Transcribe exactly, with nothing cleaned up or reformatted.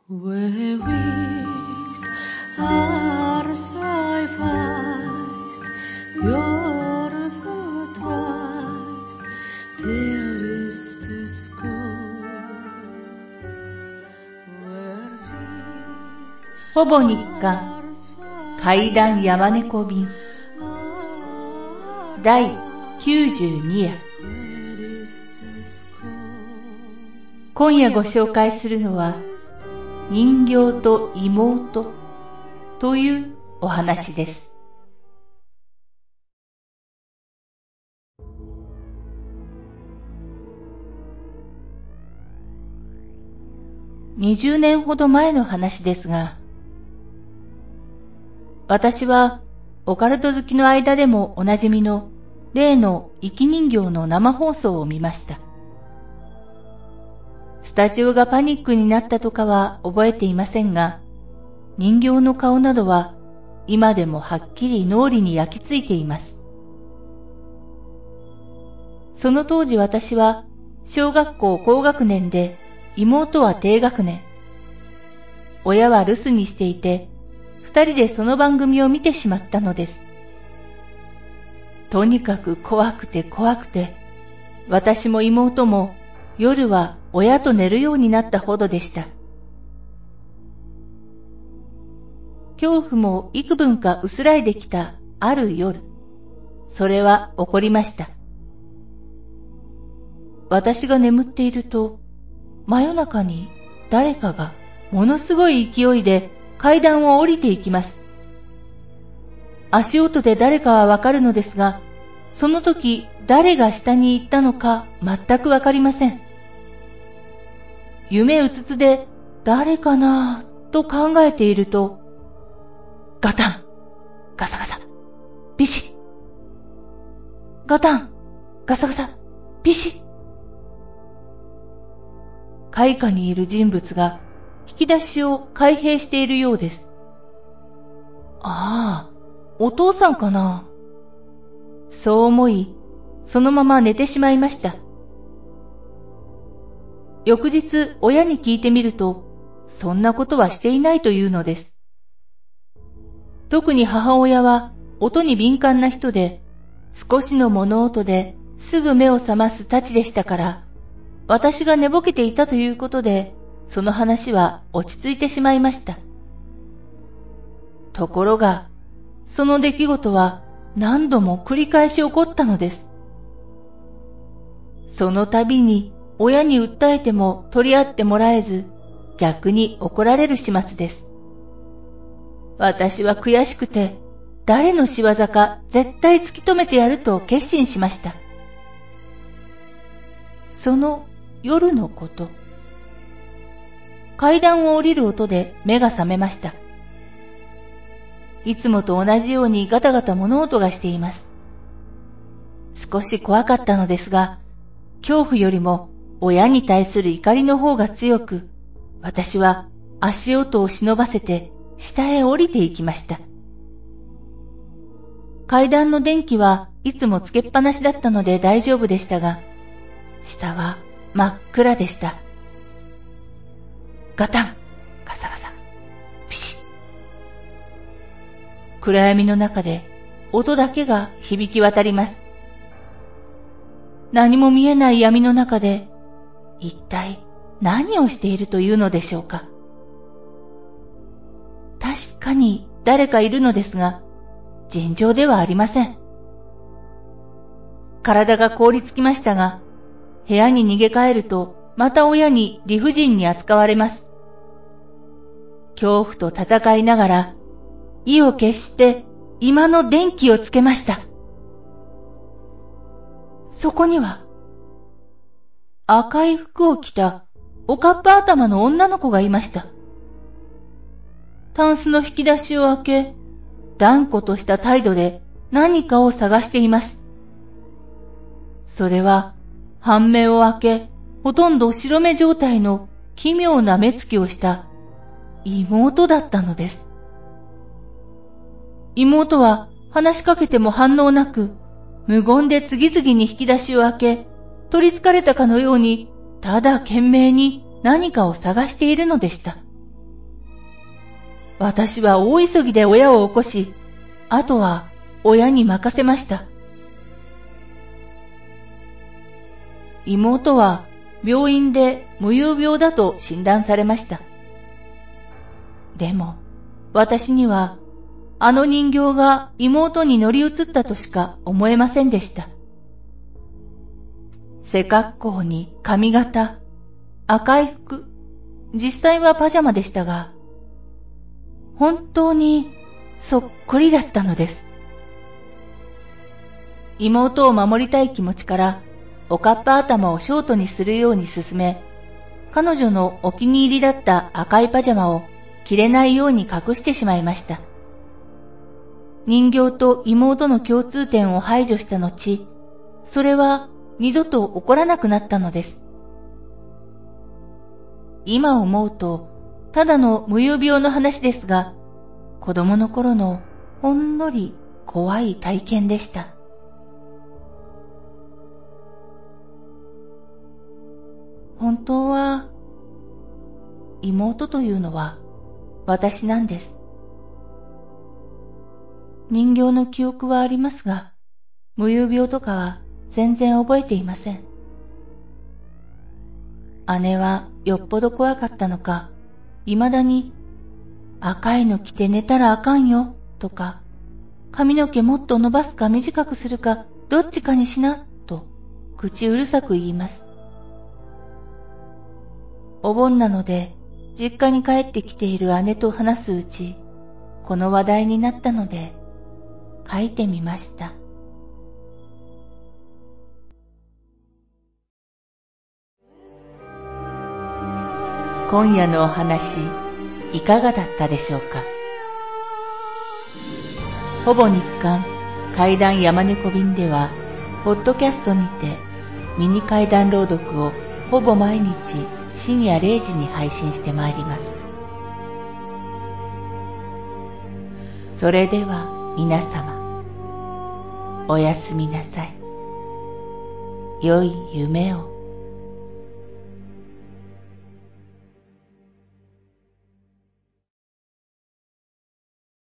Where wished are five eyes, your foot twice, there is the school, where figs ほぼ日課怪談山猫便だいきゅうじゅうに夜。今夜ご紹介するのは人形と妹というお話です。にじゅうねんほど前の話ですが、私はオカルト好きの間でもおなじみの例の生き人形の生放送を見ました。スタジオがパニックになったとかは覚えていませんが、人形の顔などは今でもはっきり脳裏に焼き付いています。その当時私は小学校高学年で妹は低学年。親は留守にしていて、二人でその番組を見てしまったのです。とにかく怖くて怖くて、私も妹も夜は親と寝るようになったほどでした。恐怖も幾分か薄らいできたある夜、それは起こりました。私が眠っていると、真夜中に誰かがものすごい勢いで階段を降りていきます。足音で誰かはわかるのですが、その時誰が下に行ったのか全くわかりません。夢うつつで誰かなと考えていると、ガタン、ガサガサ、ビシッ。ガタン、ガサガサ、ビシッ。階下にいる人物が引き出しを開閉しているようです。ああ、お父さんかな。そう思い、そのまま寝てしまいました。翌日、親に聞いてみると、そんなことはしていないというのです。特に母親は音に敏感な人で、少しの物音ですぐ目を覚ますたちでしたから、私が寝ぼけていたということで、その話は落ち着いてしまいました。ところが、その出来事は何度も繰り返し起こったのです。その度に親に訴えても取り合ってもらえず、逆に怒られる始末です。私は悔しくて、誰の仕業か絶対突き止めてやると決心しました。その夜のこと。階段を降りる音で目が覚めました。いつもと同じようにガタガタ物音がしています。少し怖かったのですが、恐怖よりも親に対する怒りの方が強く、私は足音を忍ばせて下へ降りていきました。階段の電気はいつもつけっぱなしだったので大丈夫でしたが、下は真っ暗でした。ガタン、ガサガサ、ピシッ。暗闇の中で音だけが響き渡ります。何も見えない闇の中で、一体何をしているというのでしょうか。確かに誰かいるのですが、尋常ではありません。体が凍りつきましたが、部屋に逃げ帰ると、また親に理不尽に扱われます。恐怖と戦いながら、意を決して今の電気をつけました。そこには、赤い服を着たおかっぱ頭の女の子がいました。タンスの引き出しを開け、断固とした態度で何かを探しています。それは、半目を開け、ほとんど白目状態の奇妙な目つきをした妹だったのです。妹は話しかけても反応なく、無言で次々に引き出しを開け、取り憑かれたかのように、ただ懸命に何かを探しているのでした。 私は大急ぎで親を起こし、あとは親に任せました。妹は病院で無遊病だと診断されました。でも私にはあの人形が妹に乗り移ったとしか思えませんでした。背格好に髪型、赤い服、実際はパジャマでしたが、本当にそっくりだったのです。妹を守りたい気持ちからおかっぱ頭をショートにするように勧め、彼女のお気に入りだった赤いパジャマを着れないように隠してしまいました。人形と妹の共通点を排除した後、それは二度と起こらなくなったのです。今思うと、ただの無遊病の話ですが、子供の頃のほんのり怖い体験でした。本当は、妹というのは私なんです。人形の記憶はありますが、無遊病とかは全然覚えていません。姉はよっぽど怖かったのか、未だに赤いの着て寝たらあかんよとか、髪の毛もっと伸ばすか短くするかどっちかにしなと口うるさく言います。お盆なので実家に帰ってきている姉と話すうち、この話題になったので書いてみました。今夜のお話、いかがだったでしょうか。ほぼ日刊怪談山猫便では、ポッドキャストにてミニ怪談朗読をほぼ毎日深夜れいじに配信してまいります。それでは皆様、おやすみなさい。良い夢を。